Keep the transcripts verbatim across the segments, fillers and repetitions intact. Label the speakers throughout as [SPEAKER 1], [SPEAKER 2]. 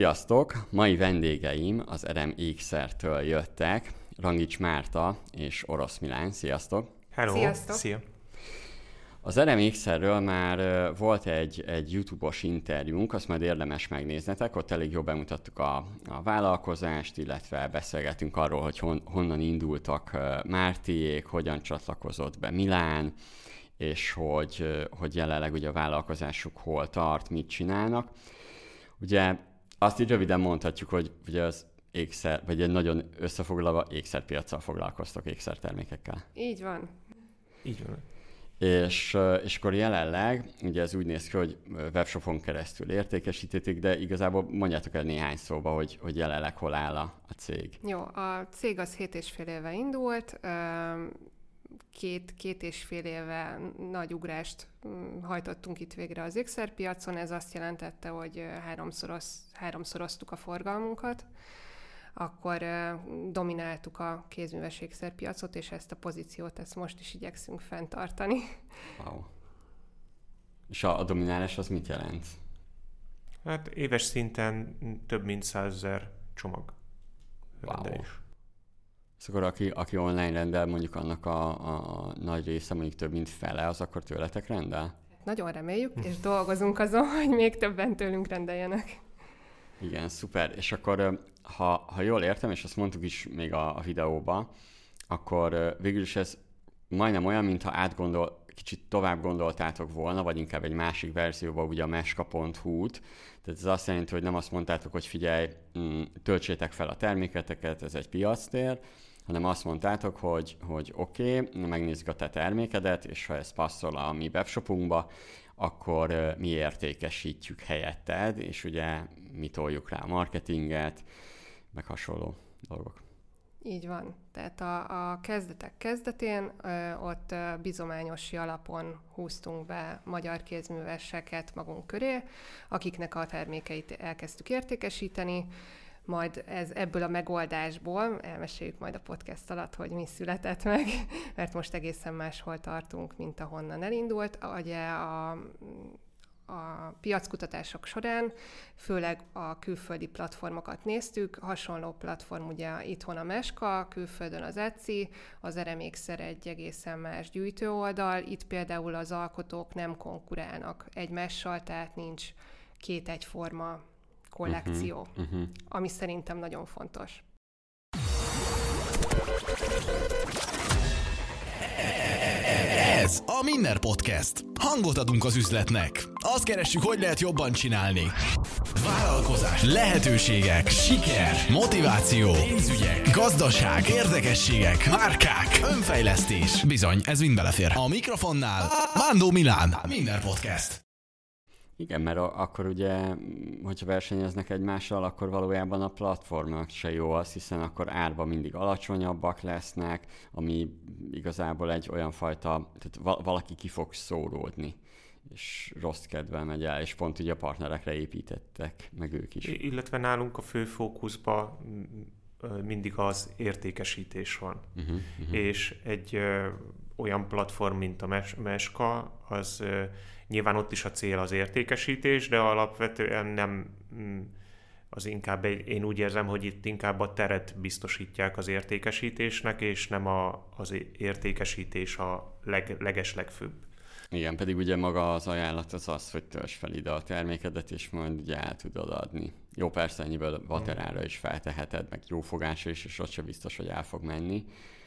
[SPEAKER 1] Sziasztok! Mai vendégeim az Erem ékszertől jöttek, Rangics Márta és Orosz Milán. Sziasztok!
[SPEAKER 2] Hello!
[SPEAKER 3] Sziasztok!
[SPEAKER 2] Szia!
[SPEAKER 1] Az Erem ékszerről már volt egy, egy YouTube-os interjúnk, azt majd érdemes megnéznetek, ott elég jól bemutattuk a, a vállalkozást, illetve beszélgetünk arról, hogy hon, honnan indultak Mártiék, hogyan csatlakozott be Milán, és hogy, hogy jelenleg ugye a vállalkozásuk hol tart, mit csinálnak. Ugye azt így röviden mondhatjuk, hogy ugye az ékszer, vagy egy nagyon összefoglalva ékszerpiaccal foglalkoztok, ékszertermékekkel.
[SPEAKER 3] Így van.
[SPEAKER 2] Így van.
[SPEAKER 1] És, és akkor jelenleg, ugye ez úgy néz ki, hogy webshopon keresztül értékesítetik, de igazából mondjátok el néhány szóba, hogy, hogy jelenleg hol áll a, a cég.
[SPEAKER 3] Jó, a cég az hét és fél éve indult, két, két és fél éve nagy ugrást hajtottunk itt végre az ékszerpiacon, ez azt jelentette, hogy háromszoros, háromszoroztuk a forgalmunkat, akkor domináltuk a kézműves ékszerpiacot, és ezt a pozíciót ezt most is igyekszünk fenntartani.
[SPEAKER 1] Wow. És a, a dominálás az mit jelent?
[SPEAKER 2] Hát éves szinten több mint százezer csomag rendelés.
[SPEAKER 1] Szóval aki, aki online rendel, mondjuk annak a, a nagy része, mondjuk több mint fele, az akkor tőletek rendel?
[SPEAKER 3] Nagyon reméljük, és dolgozunk azon, hogy még többen tőlünk rendeljenek.
[SPEAKER 1] Igen, szuper. És akkor, ha, ha jól értem, és azt mondtuk is még a, a videóban, akkor végül is ez majdnem olyan, mintha átgondol, kicsit tovább gondoltátok volna, vagy inkább egy másik verzióban, ugye a meska pont hu-t. Tehát ez azt jelenti, hogy nem azt mondtátok, hogy figyelj, töltsétek fel a terméketeket, ez egy piactér, hanem azt mondtátok, hogy, hogy oké, okay, megnézzük a te termékedet, és ha ez passzol a mi webshopunkba, akkor mi értékesítjük helyetted, és ugye mi toljuk rá a marketinget, meg hasonló dolgok.
[SPEAKER 3] Így van. Tehát a, a kezdetek kezdetén ö, ott ö, bizományosi alapon húztunk be magyar kézműveseket magunk köré, akiknek a termékeit elkezdtük értékesíteni, majd ez, ebből a megoldásból, elmeséljük majd a podcast alatt, hogy mi született meg, mert most egészen máshol tartunk, mint ahonnan elindult. Ugye a, a piackutatások során főleg a külföldi platformokat néztük, hasonló platform ugye itthon a Meska, külföldön az Etsy, az Erem ékszer egy egészen más gyűjtőoldal, itt például az alkotók nem konkurálnak egymással, tehát nincs két egyforma kollekció, uh-huh, uh-huh. ami szerintem nagyon fontos.
[SPEAKER 4] Ez a Minner Podcast. Hangot adunk az üzletnek. Azt keressük, hogy lehet jobban csinálni. Vállalkozás, lehetőségek, siker, motiváció, pénzügyek, gazdaság, érdekességek, márkák, önfejlesztés. Bizony, ez mind belefér. A mikrofonnál Vándó Milán, Minner Podcast.
[SPEAKER 1] Igen, mert akkor ugye, hogyha versenyeznek egymással, akkor valójában a platformnak se jó az, hiszen akkor árban mindig alacsonyabbak lesznek, ami igazából egy olyan fajta, tehát valaki ki fog szóródni, és rossz kedvel megy el, és pont ugye a partnerekre építettek, meg ők is.
[SPEAKER 2] Illetve nálunk a fő fókuszban mindig az értékesítés van. Uh-huh, uh-huh. És egy ö, olyan platform, mint a Mes- Meska, az ö, nyilván ott is a cél az értékesítés, de alapvetően nem, az inkább, én úgy érzem, hogy itt inkább a teret biztosítják az értékesítésnek, és nem a, az értékesítés a leg, legeslegfőbb.
[SPEAKER 1] Igen, pedig ugye maga az ajánlat az az, hogy töltsd fel ide a termékedet, és majd ugye el tudod adni. Jó, persze ennyiből vaterára is felteheted, meg jó fogásra is, és ott sem biztos, hogy el fog menni.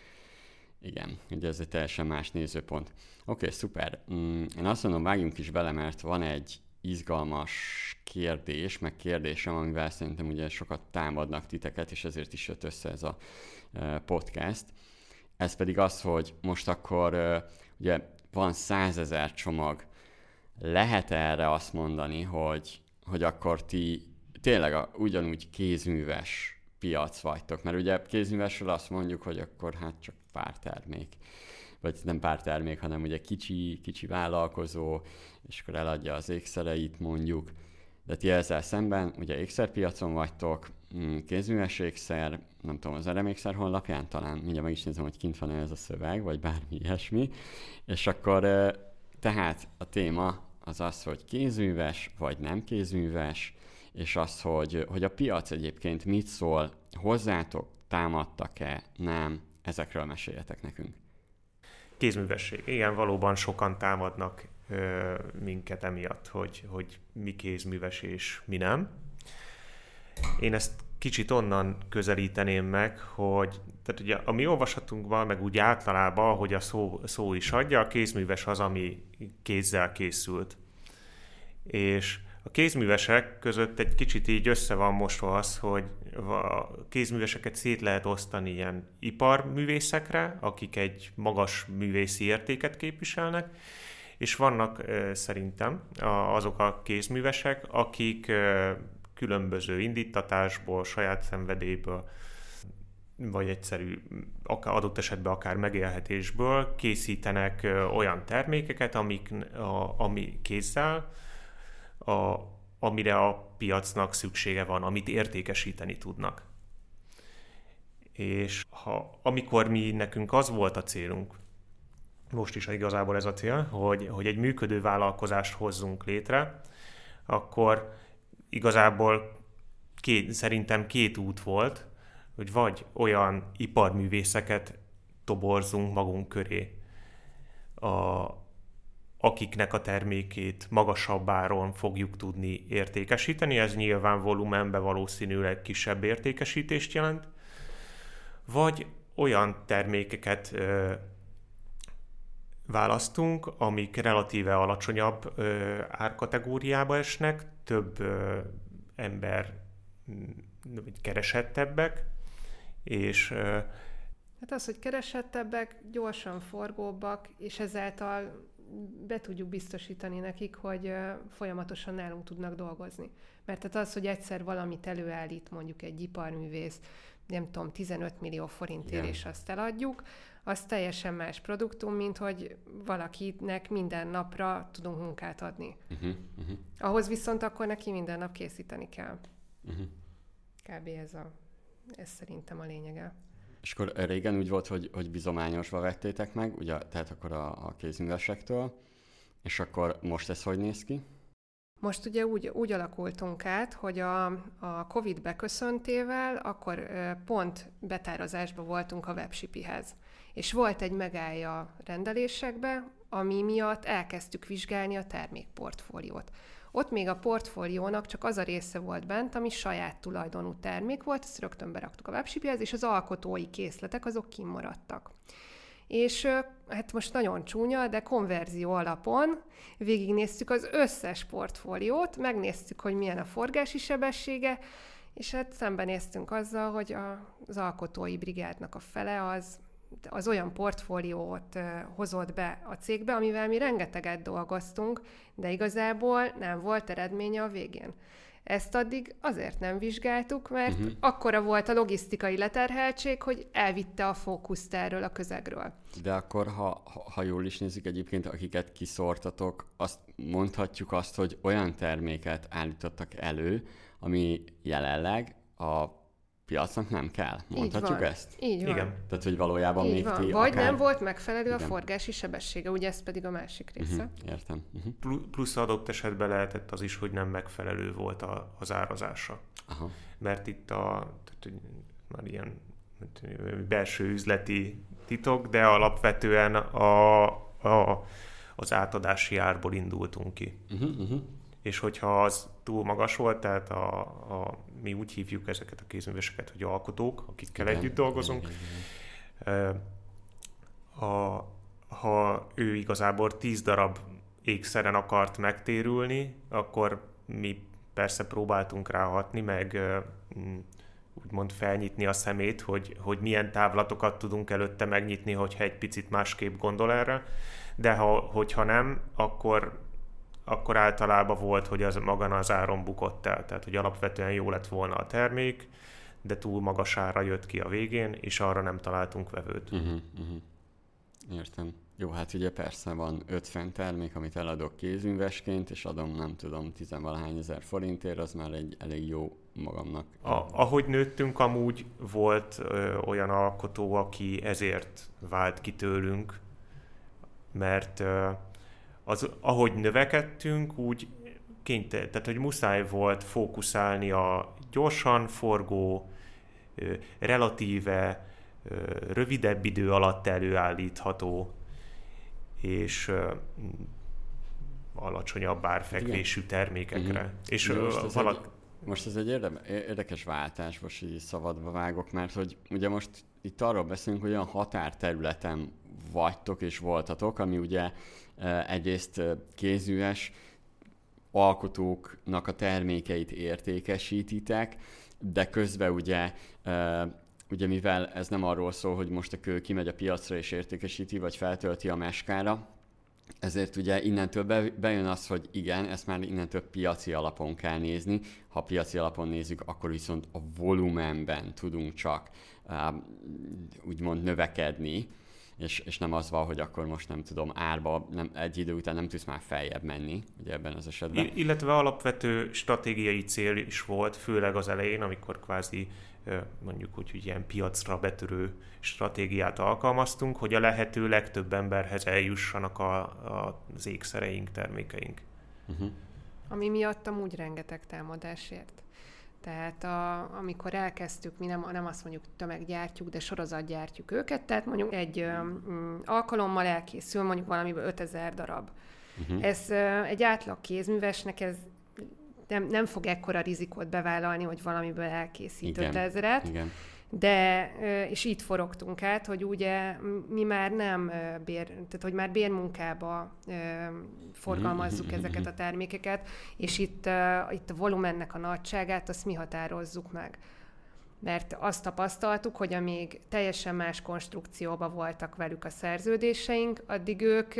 [SPEAKER 1] Igen, ugye ez egy teljesen más nézőpont. Oké, okay, szuper. Én azt mondom, vágjunk is bele, mert van egy izgalmas kérdés, meg kérdésem, amivel szerintem ugye sokat támadnak titeket, és ezért is jött össze ez a podcast. Ez pedig az, hogy most akkor ugye van százezer csomag. Lehet erre azt mondani, hogy, hogy akkor ti tényleg a, ugyanúgy kézműves piac vagytok, mert ugye kézművesről azt mondjuk, hogy akkor hát csak pár termék, vagy nem pár termék, hanem ugye kicsi, kicsi vállalkozó, és akkor eladja az ékszereit mondjuk, de ti ezzel szemben ugye ékszerpiacon vagytok, kézműves ékszer, nem tudom, az Erem ékszer honlapján talán, mindjárt meg is nézem, hogy kint van ez a szöveg, vagy bármi ilyesmi, és akkor tehát a téma az az, hogy kézműves, vagy nem kézműves, és az, hogy, hogy a piac egyébként mit szól, hozzátok, támadtak-e, nem, ezekről meséljetek nekünk.
[SPEAKER 2] Kézművesség. Igen, valóban sokan támadnak ö, minket emiatt, hogy, hogy mi kézműves és mi nem. Én ezt kicsit onnan közelíteném meg, hogy tehát ugye a mi olvasatunkban, meg úgy általában, hogy a szó, szó is adja, a kézműves az, ami kézzel készült. És a kézművesek között egy kicsit így össze van mosva az, hogy a kézműveseket szét lehet osztani ilyen iparművészekre, akik egy magas művészi értéket képviselnek, és vannak szerintem azok a kézművesek, akik különböző indítatásból, saját szenvedélyből, vagy egyszerű, adott esetben akár megélhetésből készítenek olyan termékeket, amik, a, ami kézzel, a, amire a piacnak szüksége van, amit értékesíteni tudnak. És ha, amikor mi nekünk az volt a célunk, most is igazából ez a cél, hogy, hogy egy működő vállalkozást hozzunk létre, akkor igazából két, szerintem két út volt, hogy vagy olyan iparművészeket toborzunk magunk köré, a, akiknek a termékét magasabb áron fogjuk tudni értékesíteni, ez nyilván volumenben valószínűleg kisebb értékesítést jelent, vagy olyan termékeket ö, választunk, amik relatíve alacsonyabb ö, árkategóriába esnek, több ö, ember keresettebbek, és... Ö,
[SPEAKER 3] hát az, hogy keresettebbek, gyorsan forgóbbak, és ezáltal be tudjuk biztosítani nekik, hogy ö, folyamatosan nálunk tudnak dolgozni. Mert tehát az, hogy egyszer valamit előállít mondjuk egy iparművész, nem tudom, tizenöt millió forintért, és azt eladjuk, az teljesen más produktum, mint hogy valakinek minden napra tudunk munkát adni. Uh-huh, uh-huh. Ahhoz viszont akkor neki minden nap készíteni kell. Uh-huh. Kb. ez, a, ez szerintem a lényege.
[SPEAKER 1] És akkor régen úgy volt, hogy, hogy bizományosba vettétek meg, ugye, tehát akkor a, a kézművesektől, és akkor most ez hogy néz ki?
[SPEAKER 3] Most ugye úgy, úgy alakultunk át, hogy a, a Covid beköszöntével akkor pont betározásban voltunk a webshipihez. És volt egy megállja rendelésekbe, ami miatt elkezdtük vizsgálni a termékportfóliót. Ott még a portfóliónak csak az a része volt bent, ami saját tulajdonú termék volt, ezt rögtön beraktuk a webshiphez, és az alkotói készletek azok kimaradtak. És hát most nagyon csúnya, de konverzió alapon végignéztük az összes portfóliót, megnéztük, hogy milyen a forgási sebessége, és hát szembenéztünk azzal, hogy a, az alkotói brigádnak a fele az, az olyan portfóliót hozott be a cégbe, amivel mi rengeteget dolgoztunk, de igazából nem volt eredménye a végén. Ezt addig azért nem vizsgáltuk, mert uh-huh. akkora volt a logisztikai leterheltség, hogy elvitte a fókuszt erről a közegről.
[SPEAKER 1] De akkor, ha, ha jól is nézzük egyébként, akiket kiszórtatok, azt mondhatjuk azt, hogy olyan terméket állítottak elő, ami jelenleg a piacnak nem kell. Mondhatjuk
[SPEAKER 3] Így
[SPEAKER 1] ezt?
[SPEAKER 3] Így van. Igen.
[SPEAKER 1] Tehát, hogy valójában
[SPEAKER 3] Így
[SPEAKER 1] még
[SPEAKER 3] van.
[SPEAKER 1] ti
[SPEAKER 3] Vagy
[SPEAKER 1] akár...
[SPEAKER 3] nem volt megfelelő
[SPEAKER 1] Igen.
[SPEAKER 3] a forgási sebessége, ugye ez pedig a másik része.
[SPEAKER 1] Uh-huh. Értem. Uh-huh.
[SPEAKER 2] Plusz adott esetben lehetett az is, hogy nem megfelelő volt a, az árazása.
[SPEAKER 1] Aha.
[SPEAKER 2] Mert itt a, tehát, már ilyen belső üzleti titok, de alapvetően a, a, az átadási árból indultunk ki. Uh-huh, uh-huh. És hogyha az túl magas volt, tehát a, a, mi úgy hívjuk ezeket a kézműveseket, hogy alkotók, akikkel igen, együtt dolgozunk, igen, igen, igen. A, ha ő igazából tíz darab ékszeren akart megtérülni, akkor mi persze próbáltunk ráhatni, meg úgymond felnyitni a szemét, hogy, hogy milyen távlatokat tudunk előtte megnyitni, hogyha egy picit másképp gondol erre, de ha, hogyha nem, akkor akkor általában volt, hogy az maga az áron bukott el. Tehát, hogy alapvetően jó lett volna a termék, de túl magas ára jött ki a végén, és arra nem találtunk vevőt.
[SPEAKER 1] Uh-huh, uh-huh. Értem. Jó, hát ugye persze van ötven termék, amit eladok kézművesként, és adom, nem tudom, tizenvalahány ezer forintért, az már egy elég jó magamnak.
[SPEAKER 2] A, ahogy nőttünk, amúgy volt ö, olyan alkotó, aki ezért vált ki tőlünk, mert ö, az, ahogy növekedtünk, úgy kénytelen, tehát hogy muszáj volt fókuszálni a gyorsan forgó, relatíve rövidebb idő alatt előállítható és alacsonyabb árfekvésű termékekre. Uh-huh. És
[SPEAKER 1] most, ez
[SPEAKER 2] valak...
[SPEAKER 1] egy, most ez egy érdekes váltás, most így szabadba vágok, mert hogy ugye most itt arról beszélünk, hogy olyan határterületen vagytok és voltatok, ami ugye egyrészt kézműves alkotóknak a termékeit értékesítitek, de közben ugye, ugye mivel ez nem arról szól, hogy most a kő kimegy a piacra és értékesíti, vagy feltölti a meskára, ezért ugye innentől be, bejön az, hogy igen, ezt már innentől piaci alapon kell nézni. Ha piaci alapon nézzük, akkor viszont a volumenben tudunk csak uh, úgymond növekedni, és, és nem az van, hogy akkor most nem tudom, árba nem, egy idő után nem tudsz már feljebb menni, ugye ebben az esetben.
[SPEAKER 2] Illetve alapvető stratégiai cél is volt, főleg az elején, amikor kvázi mondjuk úgy, hogy ilyen piacra betörő stratégiát alkalmaztunk, hogy a lehető legtöbb emberhez eljussanak a, a, az ékszereink, termékeink.
[SPEAKER 3] Uh-huh. Ami miatt amúgy rengeteg támadásért. Tehát a, amikor elkezdtük, mi nem, nem azt mondjuk tömeggyártjuk, de sorozatgyártjuk őket, tehát mondjuk egy um, alkalommal elkészül mondjuk valamiből ötezer darab. Uh-huh. Ez uh, egy átlag kézművesnek ez nem, nem fog ekkora rizikót bevállalni, hogy valamiből elkészít ötezret. De, és itt forogtunk át, hogy ugye mi már nem bér, tehát hogy már bérmunkába forgalmazzuk ezeket a termékeket, és itt, itt a volumennek a nagyságát, azt mi határozzuk meg. Mert azt tapasztaltuk, hogy amíg teljesen más konstrukcióban voltak velük a szerződéseink, addig ők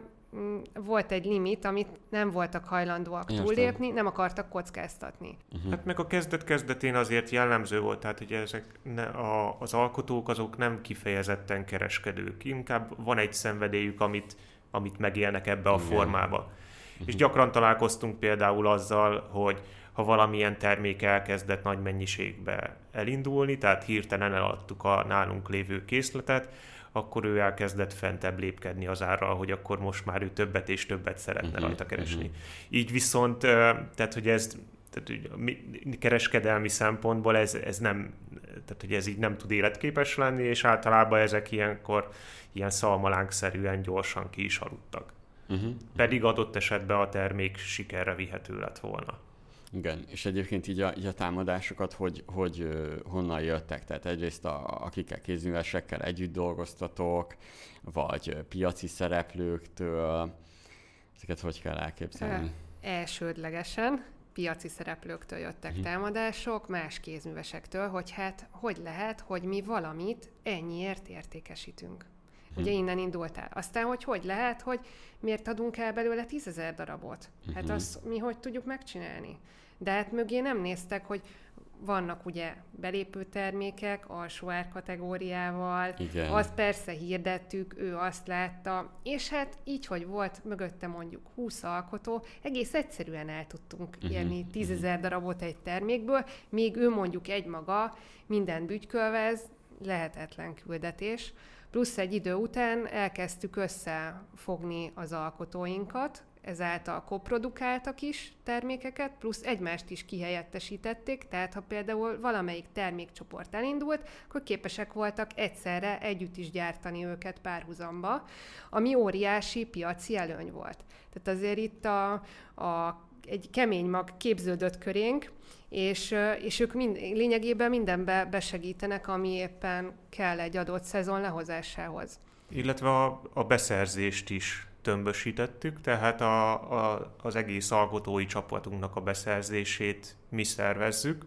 [SPEAKER 3] volt egy limit, amit nem voltak hajlandóak túllépni, nem akartak kockáztatni.
[SPEAKER 2] Uh-huh. Hát meg a kezdet-kezdetén azért jellemző volt, tehát hogy ezek ne, a, az alkotók azok nem kifejezetten kereskedők, inkább van egy szenvedélyük, amit, amit megélnek ebbe a formába. Uh-huh. És gyakran találkoztunk például azzal, hogy ha valamilyen termék elkezdett nagy mennyiségbe elindulni, tehát hirtelen eladtuk a nálunk lévő készletet, akkor ő elkezdett fentebb lépkedni az árral, hogy akkor most már ő többet és többet szeretne uh-huh, rajta keresni. Uh-huh. Így viszont, tehát hogy ez tehát, hogy kereskedelmi szempontból ez, ez nem, tehát hogy ez így nem tud életképes lenni, és általában ezek ilyenkor ilyen szalmalánkszerűen gyorsan ki is aludtak. Uh-huh. Pedig adott esetben a termék sikerre vihető lett volna.
[SPEAKER 1] Igen, és egyébként így a, így a támadásokat, hogy, hogy uh, honnan jöttek? Tehát egyrészt a, akikkel kézművesekkel együtt dolgoztatok, vagy uh, piaci szereplőktől, ezeket hogy kell elképzelni?
[SPEAKER 3] Elsődlegesen piaci szereplőktől jöttek uh-huh. támadások, más kézművesektől, hogy hát hogy lehet, hogy mi valamit ennyiért értékesítünk. Uh-huh. Ugye innen indultál. Aztán, hogy hogy lehet, hogy miért adunk el belőle tízezer darabot? Uh-huh. Hát azt mi hogy tudjuk megcsinálni? De hát mögé nem néztek, hogy vannak ugye belépő termékek alsó árkategóriával, igen. Azt persze hirdettük, ő azt látta, és hát így, hogy volt mögötte mondjuk húsz alkotó, egész egyszerűen el tudtunk uh-huh. érni tízezer darabot egy termékből, még ő mondjuk egymaga mindent bütykölvez, lehetetlen küldetés. Plusz egy idő után elkezdtük összefogni az alkotóinkat, ezáltal koprodukáltak is termékeket, plusz egymást is kihelyettesítették, tehát ha például valamelyik termékcsoport elindult, akkor képesek voltak egyszerre együtt is gyártani őket párhuzamba, ami óriási piaci előny volt. Tehát azért itt a, a, egy kemény mag képződött körénk, és, és ők mind, lényegében mindenbe besegítenek, ami éppen kell egy adott szezon lehozásához.
[SPEAKER 2] Illetve a, a beszerzést is tömbösítettük, tehát a, a, az egész alkotói csapatunknak a beszerzését mi szervezzük,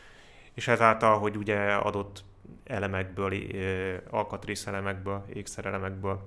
[SPEAKER 2] és ezáltal, hogy ugye adott elemekből, alkatrészelemekből, ékszerelemekből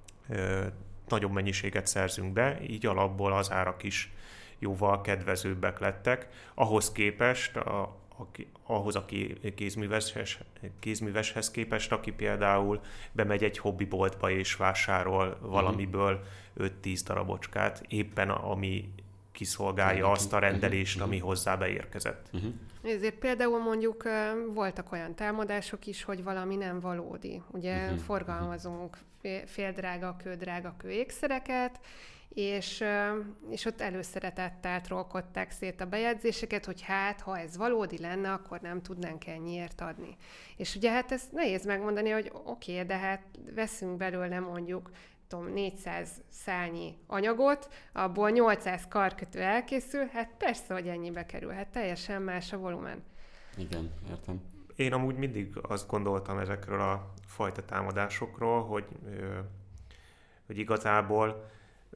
[SPEAKER 2] nagyobb mennyiséget szerzünk be, így alapból az árak is jóval kedvezőbbek lettek. Ahhoz képest, a, a, ahhoz a kézműveshez, kézműveshez képest, aki például bemegy egy hobbiboltba és vásárol valamiből öt-tíz darabocskát, éppen ami kiszolgálja azt a rendelést, ami hozzá beérkezett. Uh-huh.
[SPEAKER 3] Ezért például mondjuk voltak olyan támadások is, hogy valami nem valódi. Ugye uh-huh. forgalmazunk féldrága, kődrága kőékszereket, és, és ott előszeretettel trollkodták szét a bejegyzéseket, hogy hát, ha ez valódi lenne, akkor nem tudnánk ennyiért adni. És ugye hát ezt nehéz megmondani, hogy oké, okay, de hát veszünk belőle mondjuk tudom, négyszáz szálnyi anyagot, abból nyolcszáz karkötő elkészül, hát persze, hogy ennyibe kerül, hát teljesen más a volumen.
[SPEAKER 1] Igen, értem.
[SPEAKER 2] Én amúgy mindig azt gondoltam ezekről a fajta támadásokról, hogy, hogy igazából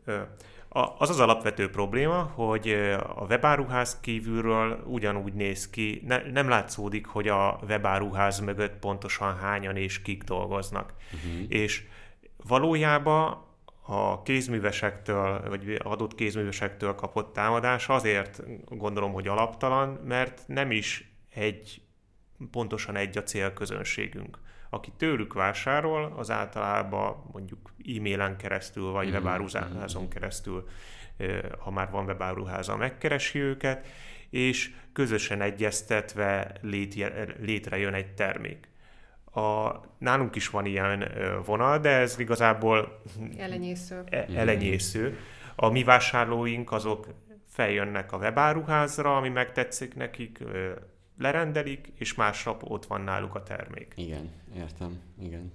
[SPEAKER 2] az az alapvető probléma, hogy a webáruház kívülről ugyanúgy néz ki, ne, nem látszódik, hogy a webáruház mögött pontosan hányan és kik dolgoznak. Uh-huh. És valójában a kézművesektől, vagy adott kézművesektől kapott támadás azért gondolom, hogy alaptalan, mert nem is egy, pontosan egy a célközönségünk. Aki tőlük vásárol, az általában mondjuk e-mailen keresztül, vagy mm-hmm. webáruházon keresztül, ha már van webáruháza, megkeresi őket, és közösen egyeztetve létrejön egy termék. A, nálunk is van ilyen vonal, de ez igazából
[SPEAKER 3] elenyésző.
[SPEAKER 2] elenyésző. A mi vásárlóink azok feljönnek a webáruházra, ami megtetszik nekik, lerendelik, és másnap ott van náluk a termék.
[SPEAKER 1] Igen, értem, igen.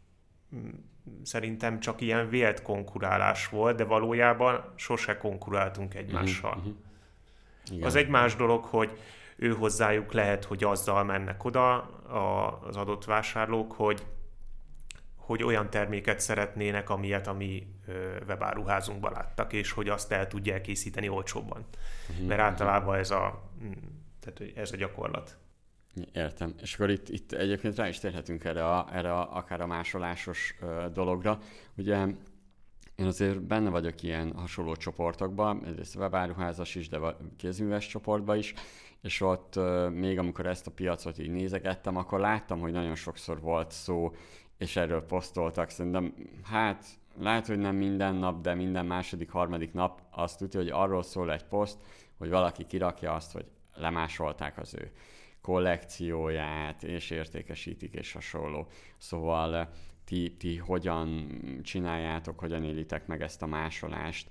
[SPEAKER 2] Szerintem csak ilyen vélt konkurálás volt, de valójában sose konkuráltunk egymással. Uh-huh, uh-huh. Az egy más dolog, hogy ő hozzájuk lehet, hogy azzal mennek oda az adott vásárlók, hogy, hogy olyan terméket szeretnének, amilyet a mi webáruházunkban láttak, és hogy azt el tudják készíteni olcsóbban. Uh-huh, Mert általában ez a, tehát ez a gyakorlat.
[SPEAKER 1] Értem. És akkor itt, itt egyébként rá is térhetünk erre, a, erre a, akár a másolásos uh, dologra. Ugye én azért benne vagyok ilyen hasonló csoportokban, egyrészt webáruházas is, de kézműves csoportban is, és ott uh, még amikor ezt a piacot így nézegettem, akkor láttam, hogy nagyon sokszor volt szó, és erről posztoltak. Szerintem, hát lehet, hogy nem minden nap, de minden második, harmadik nap azt tudja, hogy arról szól egy poszt, hogy valaki kirakja azt, hogy lemásolták az ő kollekcióját, és értékesítik, és hasonló. Szóval ti, ti hogyan csináljátok, hogyan élitek meg ezt a másolást,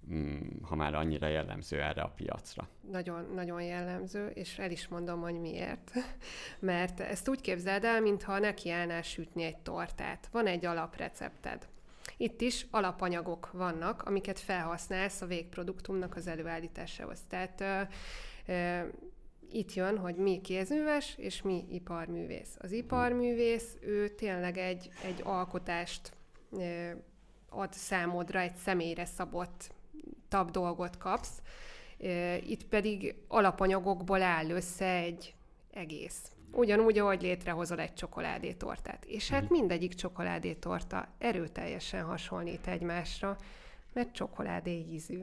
[SPEAKER 1] ha már annyira jellemző erre a piacra?
[SPEAKER 3] Nagyon, nagyon jellemző, és el is mondom, hogy miért. Mert ezt úgy képzeld el, mintha nekiállnál sütni egy tortát. Van egy alaprecepted. Itt is alapanyagok vannak, amiket felhasználsz a végproduktumnak az előállításához. Tehát ö, ö, itt jön, hogy mi kézműves, és mi iparművész. Az iparművész, ő tényleg egy, egy alkotást ö, ad számodra, egy személyre szabott tab dolgot kapsz. Ö, itt pedig alapanyagokból áll össze egy egész. Ugyanúgy, ahogy létrehozol egy csokoládétortát. És hát mindegyik csokoládétorta erőteljesen hasonlít egymásra, mert csokoládé ízű.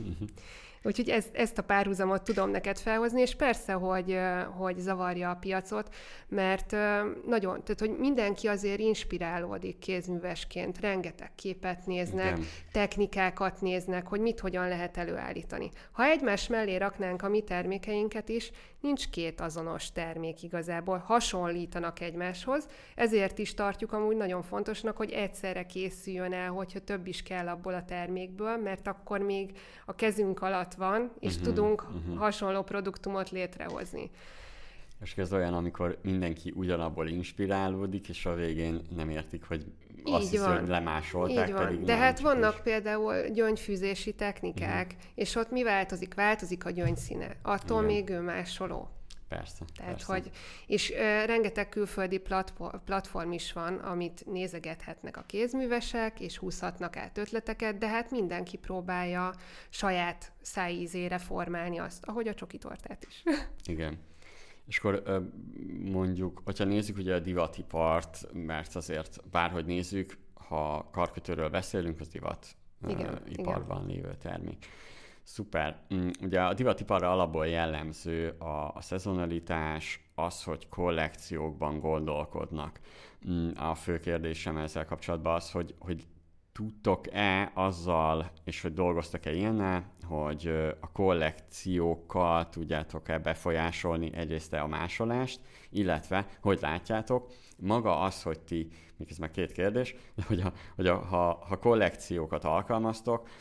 [SPEAKER 3] Úgyhogy ez, ezt a párhuzamot tudom neked felhozni, és persze, hogy, hogy zavarja a piacot, mert nagyon, tehát, hogy mindenki azért inspirálódik kézművesként, rengeteg képet néznek, igen, technikákat néznek, hogy mit hogyan lehet előállítani. Ha egymás mellé raknánk a mi termékeinket is, nincs két azonos termék igazából, hasonlítanak egymáshoz, ezért is tartjuk amúgy nagyon fontosnak, hogy egyszerre készüljön el, hogyha több is kell abból a termékből, mert akkor még a kezünk alatt van, és uh-huh, tudunk uh-huh. hasonló produktumot létrehozni.
[SPEAKER 1] És ez olyan, amikor mindenki ugyanabból inspirálódik, és a végén nem értik, hogy
[SPEAKER 3] így
[SPEAKER 1] azt hiszi,
[SPEAKER 3] van.
[SPEAKER 1] hogy lemásolták.
[SPEAKER 3] Így van.
[SPEAKER 1] Pedig
[SPEAKER 3] de
[SPEAKER 1] nem,
[SPEAKER 3] hát vannak
[SPEAKER 1] is.
[SPEAKER 3] Például gyöngyfűzési technikák, uh-huh. és ott mi változik? Változik a gyöngyszíne. Attól igen. még ő másoló.
[SPEAKER 1] Persze.
[SPEAKER 3] Tehát,
[SPEAKER 1] persze.
[SPEAKER 3] hogy, és uh, rengeteg külföldi platform, platform is van, amit nézegethetnek a kézművesek, és húzhatnak át ötleteket, de hát mindenki próbálja saját szájízére formálni azt, ahogy a csokitortát is.
[SPEAKER 1] Igen. És akkor mondjuk, hogyha nézzük ugye a divatipart, mert azért bárhogy nézzük, ha karkötőről beszélünk, az divat igen, iparban igen. lévő termék. Szuper. Ugye a divatiparra alapból jellemző a, a szezonalitás, az, hogy kollekciókban gondolkodnak. A fő kérdésem ezzel kapcsolatban az, hogy, hogy tudtok-e azzal, és hogy dolgoztak-e ilyennel, hogy a kollekciókkal tudjátok-e befolyásolni egyrészt a másolást, illetve, hogy látjátok, maga az, hogy ti, még ez már két kérdés, hogy, a, hogy a, ha, ha kollekciókat alkalmaztok,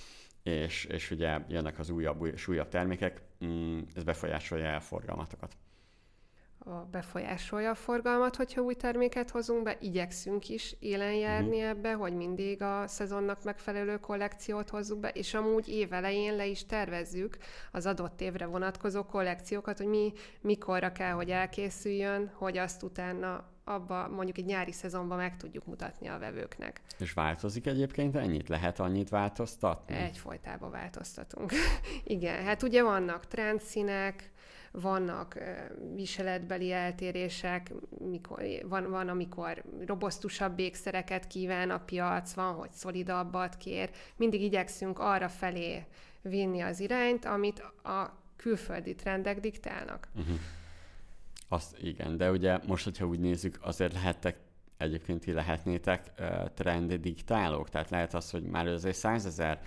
[SPEAKER 1] és, és ugye jönnek az újabb és újabb termékek, ez befolyásolja a forgalmatokat.
[SPEAKER 3] A befolyásolja a forgalmat, hogyha új terméket hozunk be, igyekszünk is élen járni uh-huh. ebbe, hogy mindig a szezonnak megfelelő kollekciót hozzuk be, és amúgy évelején le is tervezzük az adott évre vonatkozó kollekciókat, hogy mi mikorra kell, hogy elkészüljön, hogy azt utána abba mondjuk egy nyári szezonban meg tudjuk mutatni a vevőknek.
[SPEAKER 1] És változik egyébként ennyit? Lehet annyit változtatni?
[SPEAKER 3] Egyfolytában változtatunk. Igen, hát ugye vannak trendszínek, vannak uh, viseletbeli eltérések, mikor, van, van, amikor robosztusabb ékszereket kíván a piac, van, hogy szolidabbat kér. Mindig igyekszünk arra felé vinni az irányt, amit a külföldi trendek diktálnak.
[SPEAKER 1] Uh-huh. Azt igen, de ugye most, hogyha úgy nézzük, azért lehettek, egyébként ti lehetnétek uh, trend diktálók, tehát lehet az, hogy már azért százezer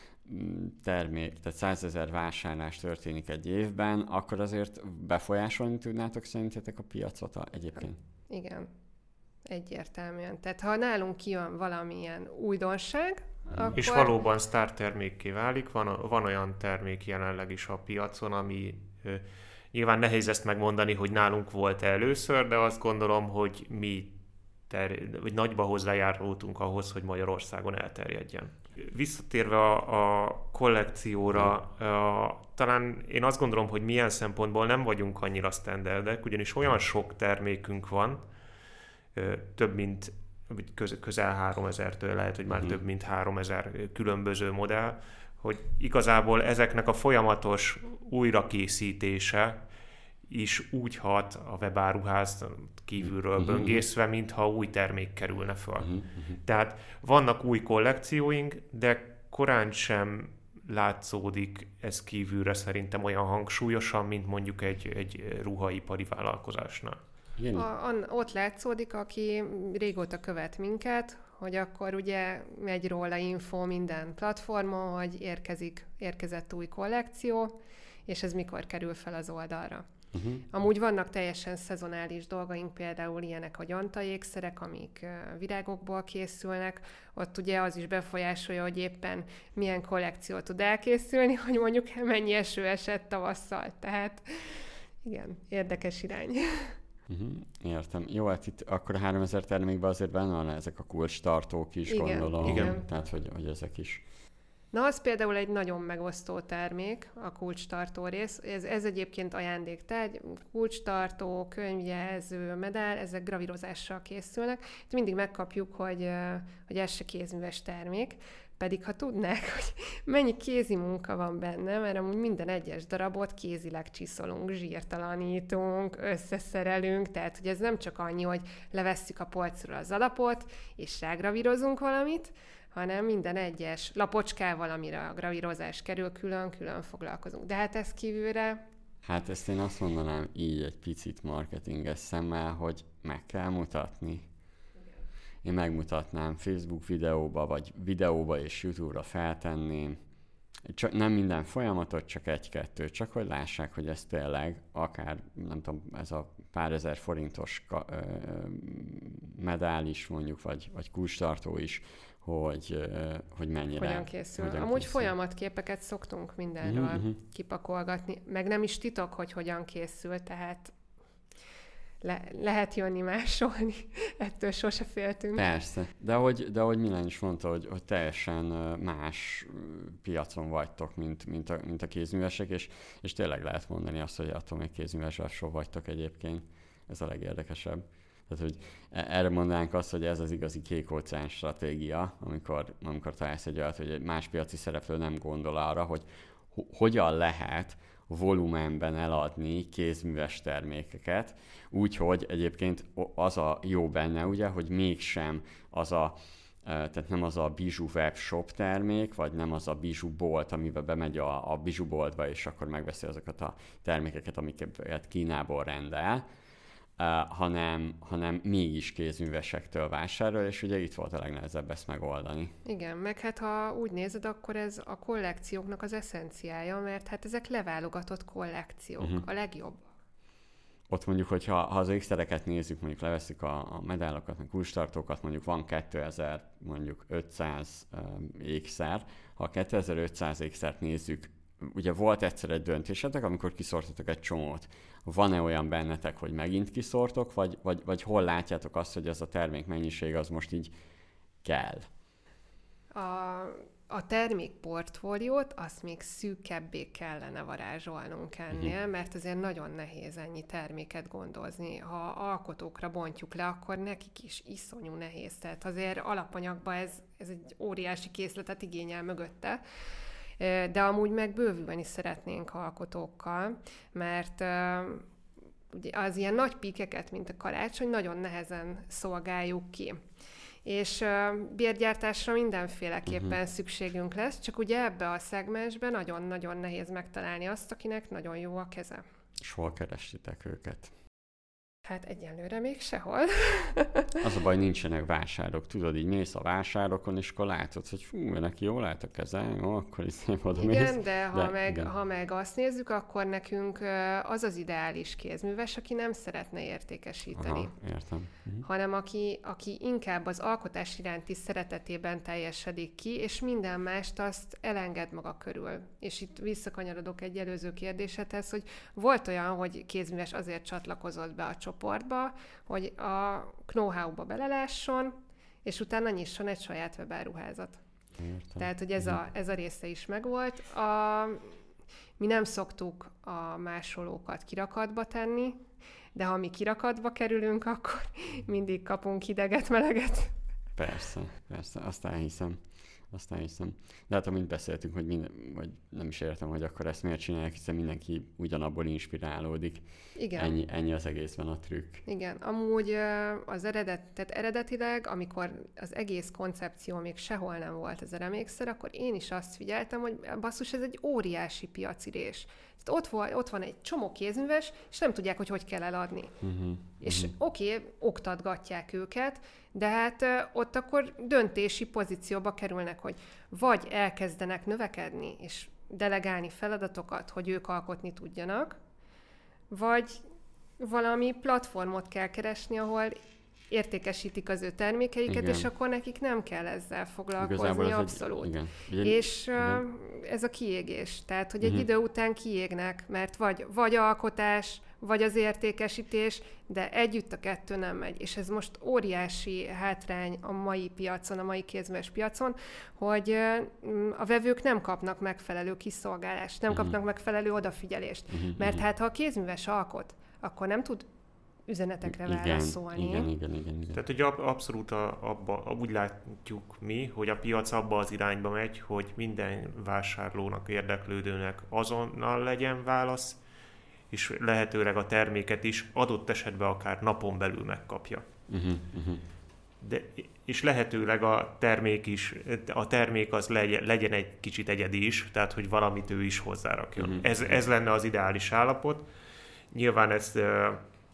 [SPEAKER 1] termék, tehát százezer vásárlás történik egy évben, akkor azért befolyásolni tudnátok szerintetek a piacot a, egyébként?
[SPEAKER 3] Igen, egyértelműen. Tehát ha nálunk kijön valamilyen újdonság, hmm. akkor...
[SPEAKER 2] És valóban sztár termékké válik, van, van olyan termék jelenleg is a piacon, ami ö, nyilván nehéz ezt megmondani, hogy nálunk volt először, de azt gondolom, hogy mi ter- vagy nagyba hozzájárultunk ahhoz, hogy Magyarországon elterjedjen. Visszatérve a, a kollekcióra, a, talán én azt gondolom, hogy milyen szempontból nem vagyunk annyira standardek, ugyanis olyan sok termékünk van, több mint köz, közel háromezertől lehet, hogy már uh-huh. több mint háromezer különböző modell, hogy igazából ezeknek a folyamatos újrakészítése is úgy hat a webáruház kívülről uh-huh. böngészve, mintha új termék kerülne föl. Uh-huh. Tehát vannak új kollekcióink, de korán sem látszódik ez kívülre szerintem olyan hangsúlyosan, mint mondjuk egy, egy ruhaipari vállalkozásnál.
[SPEAKER 3] A, on, ott látszódik, aki régóta követ minket, hogy akkor ugye megy róla info minden platformon, hogy érkezik, érkezett új kollekció, és ez mikor kerül fel az oldalra. Uh-huh. Amúgy vannak teljesen szezonális dolgaink, például ilyenek, hogy antaékszerek, amik virágokból készülnek. Ott ugye az is befolyásolja, hogy éppen milyen kollekció tud elkészülni, hogy mondjuk mennyi eső esett tavasszal. Tehát igen, érdekes irány.
[SPEAKER 1] Uh-huh. Értem. Jó, hát itt akkor a háromezer termékben azért benne van ezek a kulcstartók is, igen, gondolom. Igen. Tehát, hogy, hogy ezek is.
[SPEAKER 3] Na, az például egy nagyon megosztó termék, a kulcstartó rész. Ez, ez egyébként ajándéktárgy, kulcstartó, könyvjelző, medál, ezek gravírozással készülnek. Itt mindig megkapjuk, hogy, hogy ez se kézműves termék, pedig ha tudnák, hogy mennyi kézi munka van benne, mert amúgy minden egyes darabot kézileg csiszolunk, zsírtalanítunk, összeszerelünk, tehát hogy ez nem csak annyi, hogy levesszük a polcról az alapot, és rágravírozunk valamit, hanem minden egyes lapocskával, amire a gravírozás kerül, külön-külön foglalkozunk. De hát ez kívülre...
[SPEAKER 1] Hát ezt én azt mondanám így egy picit marketinges szemmel, hogy meg kell mutatni. Én megmutatnám Facebook videóba, vagy videóba és YouTube-ra feltenném. Csak nem minden folyamatot, csak egy-kettő, csak hogy lássák, hogy ez tényleg akár, nem tudom, ez a pár ezer forintos ka- ö, medál is mondjuk, vagy, vagy kulcstartó is, hogy, hogy mennyire...
[SPEAKER 3] Hogyan készül. Hogyan Amúgy készül. Folyamatképeket szoktunk mindenről uh-huh. kipakolgatni, meg nem is titok, hogy hogyan készül, tehát le, lehet jönni másolni, ettől sose féltünk.
[SPEAKER 1] Persze, de hogy, de hogy Milán is mondta, hogy, hogy teljesen más piacon vagytok, mint, mint, a, mint a kézművesek, és, és tényleg lehet mondani azt, hogy attól még kézműves webshop vagytok egyébként. Ez a legérdekesebb. Tehát, hogy erre mondanánk azt, hogy ez az igazi kék óceán stratégia, amikor, amikor találsz egy olyat, hogy egy más piaci szereplő nem gondol arra, hogy ho- hogyan lehet volumenben eladni kézműves termékeket, úgyhogy egyébként az a jó benne, ugye, hogy mégsem az a, tehát nem az a Bijou webshop termék, vagy nem az a Bijou bolt, amiben bemegy a, a Bijou boltba, és akkor megveszi azokat a termékeket, amiket Kínából rendel, Uh, hanem, hanem mégis kézművesektől vásárol, és ugye itt volt a legnehezebb ezt megoldani.
[SPEAKER 3] Igen, meg hát ha úgy nézed, akkor ez a kollekcióknak az eszenciája, mert hát ezek leválogatott kollekciók, uh-huh. a legjobb.
[SPEAKER 1] ott mondjuk, hogyha ha az ékszereket nézzük, mondjuk leveszik a, a medálokat, meg kulcstartókat, mondjuk van kétezer, mondjuk ötszáz um, ékszer. Ha a kétezer-ötszáz ékszert nézzük, ugye volt egyszer egy döntésetek, amikor kiszórtatok egy csomót. Van-e olyan bennetek, hogy megint kiszórtok, vagy, vagy, vagy hol látjátok azt, hogy ez a termékmennyiség az most így kell?
[SPEAKER 3] A, a termékportfóliót azt még szűkebbé kellene varázsolnunk ennél, uh-huh. mert azért nagyon nehéz ennyi terméket gondozni. Ha alkotókra bontjuk le, akkor nekik is iszonyú nehéz. Tehát azért alapanyagban ez, ez egy óriási készletet igényel mögötte. De amúgy meg bővülni szeretnénk alkotókkal, mert ugye az ilyen nagy píkeket, mint a karácsony, nagyon nehezen szolgáljuk ki. És bérgyártásra mindenféleképpen uh-huh. szükségünk lesz, csak ugye ebbe a szegmensben nagyon-nagyon nehéz megtalálni azt, akinek nagyon jó a keze.
[SPEAKER 1] És hol kerestitek őket?
[SPEAKER 3] Hát egyenlőre még sehol.
[SPEAKER 1] Az a baj, nincsenek vásárok. Tudod, így mész a vásárokon, és akkor látod, hogy fú, neki jól állt a keze, jó, akkor is nem oda mész.
[SPEAKER 3] Igen, de, ha, de meg, igen. ha meg azt nézzük, akkor nekünk az az ideális kézműves, aki nem szeretne értékesíteni.
[SPEAKER 1] Aha, értem. Uh-huh.
[SPEAKER 3] Hanem aki, aki inkább az alkotás iránti szeretetében teljesedik ki, és minden mást azt elenged maga körül. És itt visszakanyarodok egy előző kérdésedhez, hogy volt olyan, hogy kézműves azért csatlakozott be a csoportba, csoportba, hogy a know-how-ba belelásson, és utána nyisson egy saját webáruházat.
[SPEAKER 1] Értem.
[SPEAKER 3] Tehát, hogy ez a, ez a része is megvolt. A, mi nem szoktuk a másolókat kirakatba tenni, de ha mi kirakatba kerülünk, akkor mindig kapunk hideget, meleget.
[SPEAKER 1] Persze, persze, azt elhiszem. Azt elhiszem. De hát amint beszéltünk, hogy minden, vagy nem is értem, hogy akkor ezt miért csinálják, hiszen mindenki ugyanabból inspirálódik.
[SPEAKER 3] Igen.
[SPEAKER 1] Ennyi, ennyi az egészben a trükk.
[SPEAKER 3] Igen. Amúgy az eredet, tehát eredetileg, amikor az egész koncepció még sehol nem volt ez a remékszer, akkor én is azt figyeltem, hogy basszus, ez egy óriási piacirés. Tehát ott, van, ott van egy csomó kézműves, és nem tudják, hogy hogy kell eladni. Uh-huh. És uh-huh. oké, okay, oktatgatják őket, de hát ott akkor döntési pozícióba kerülnek, hogy vagy elkezdenek növekedni, és delegálni feladatokat, hogy ők alkotni tudjanak, vagy valami platformot kell keresni, ahol értékesítik az ő termékeiket, igen. és akkor nekik nem kell ezzel foglalkozni, abszolút. Egy, igen. Igen. És igen. ez a kiégés. Tehát, hogy egy uh-huh. idő után kiégnek, mert vagy, vagy alkotás, vagy az értékesítés, de együtt a kettő nem megy. És ez most óriási hátrány a mai piacon, a mai kézműves piacon, hogy a vevők nem kapnak megfelelő kiszolgálást, nem uh-huh. kapnak megfelelő odafigyelést. Uh-huh. Mert hát, ha a kézműves alkot, akkor nem tud üzenetekre
[SPEAKER 1] igen,
[SPEAKER 3] válaszolni.
[SPEAKER 1] Igen, igen, igen, igen.
[SPEAKER 2] Tehát, hogy abszolút a, abba, úgy látjuk mi, hogy a piac abba az irányba megy, hogy minden vásárlónak, érdeklődőnek azonnal legyen válasz, és lehetőleg a terméket is adott esetben akár napon belül megkapja. Uh-huh, uh-huh. De, és lehetőleg a termék is, a termék az legyen, legyen egy kicsit egyedi is, tehát hogy valamit ő is hozzárakjon. Uh-huh. Ez, ez lenne az ideális állapot. Nyilván ez uh,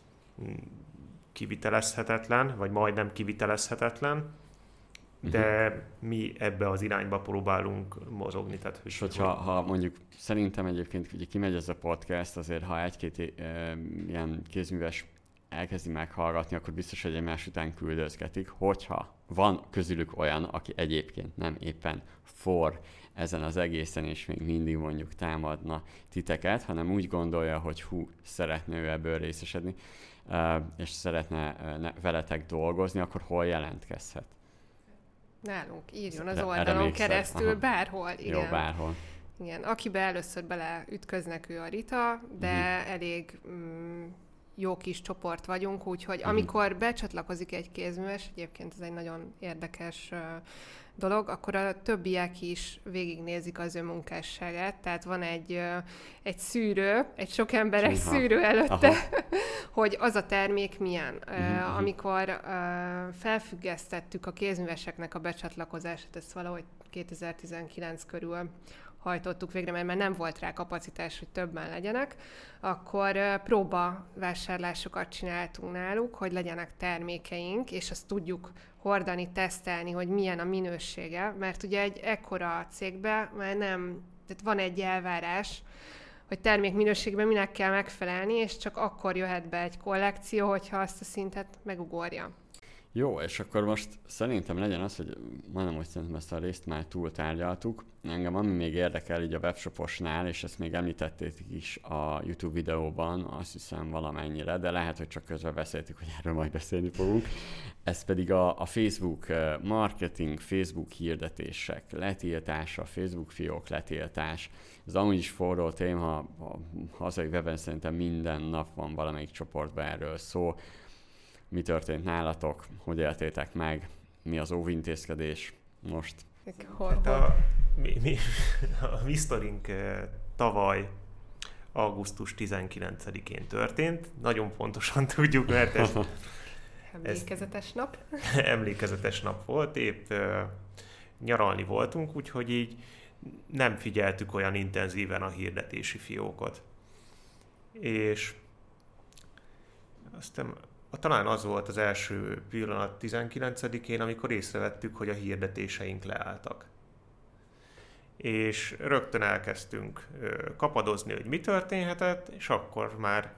[SPEAKER 2] kivitelezhetetlen, vagy majdnem kivitelezhetetlen, de uh-huh. mi ebbe az irányba próbálunk mozogni. Tehát,
[SPEAKER 1] és hogyha ha mondjuk szerintem egyébként ugye kimegy ez a podcast, azért ha egy-két e, ilyen kézműves elkezdi meghallgatni, akkor biztos, hogy egymás után küldözgetik, hogyha van közülük olyan, aki egyébként nem éppen for ezen az egészen, és még mindig mondjuk támadna titeket, hanem úgy gondolja, hogy hú, szeretne ő ebből részesedni, és szeretne veletek dolgozni, akkor hol jelentkezhet?
[SPEAKER 3] Nálunk, írjon az oldalon keresztül, aha. bárhol. Igen.
[SPEAKER 1] Jó, bárhol.
[SPEAKER 3] Igen, akibe először beleütköznek, ő a Rita, de uh-huh. elég mm, jó kis csoport vagyunk, úgyhogy uh-huh. amikor becsatlakozik egy kézműves, egyébként ez egy nagyon érdekes uh, dolog, akkor a többiek is végignézik az ő munkásságát, tehát van egy, uh, egy szűrő, egy sok emberes Csiha. szűrő előtte, hogy az a termék milyen. Uh-huh. Uh, amikor uh, felfüggesztettük a kézműveseknek a becsatlakozását, ezt valahogy kétezer-tizenkilenc körül hajtottuk végre, mert már nem volt rá kapacitás, hogy többen legyenek, akkor uh, próbavásárlásokat csináltunk náluk, hogy legyenek termékeink, és azt tudjuk hordani, tesztelni, hogy milyen a minősége, mert ugye egy ekkora cégben már nem, tehát van egy elvárás, hogy termékminőségben minek kell megfelelni, és csak akkor jöhet be egy kollekció, hogyha azt a szintet megugorja.
[SPEAKER 1] Jó, és akkor most szerintem legyen az, hogy majdnem, hogy szerintem ezt a részt már túl tárgyaltuk. Engem ami még érdekel így a webshoposnál, és ezt még említették is a YouTube videóban, azt hiszem valamennyire, de lehet, hogy csak közben beszéltük, hogy erről majd beszélni fogunk. Ez pedig a, a Facebook marketing, Facebook hirdetések letiltása, Facebook fiók letiltás. Ez amúgy is forró téma, a hazai weben szerintem minden nap van valamelyik csoportban erről szó. Mi történt nálatok, hogy éltétek meg, mi az óvintézkedés most?
[SPEAKER 2] Hát a, mi, mi, a mi sztorink tavaly augusztus tizenkilencedikén történt. Nagyon pontosan tudjuk, mert ez...
[SPEAKER 3] Emlékezetes ez, nap.
[SPEAKER 2] Emlékezetes nap volt, épp uh, nyaralni voltunk, úgyhogy így nem figyeltük olyan intenzíven a hirdetési fiókot. És aztán talán az volt az első pillanat tizenkilencedikén, amikor észrevettük, hogy a hirdetéseink leálltak. És rögtön elkezdtünk kapadozni, hogy mi történhetett, és akkor már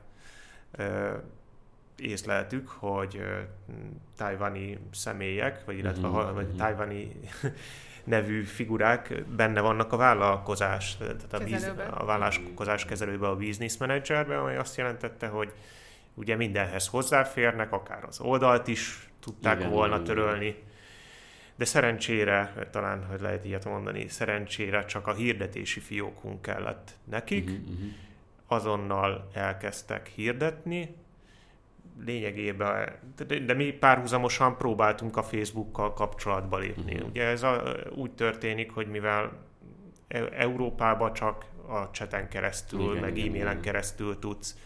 [SPEAKER 2] észleltük, hogy tajvani személyek, vagy illetve mm-hmm. vagy tajvani nevű figurák benne vannak a vállalkozás, tehát a, biz, a vállalkozás kezelőben, a business managerben, ami azt jelentette, hogy ugye mindenhez hozzáférnek, akár az oldalt is tudták igen, volna igen, törölni. Igen. De szerencsére, talán, hogy lehet ilyet mondani, szerencsére csak a hirdetési fiókunk kellett nekik. Uh-huh, uh-huh. Azonnal elkezdtek hirdetni. Lényegében, de, de mi párhuzamosan próbáltunk a Facebookkal kapcsolatba lépni. Uh-huh. Ugye ez a, úgy történik, hogy mivel Európában csak a chaten keresztül, igen, meg igen, e-mailen igen. keresztül tudsz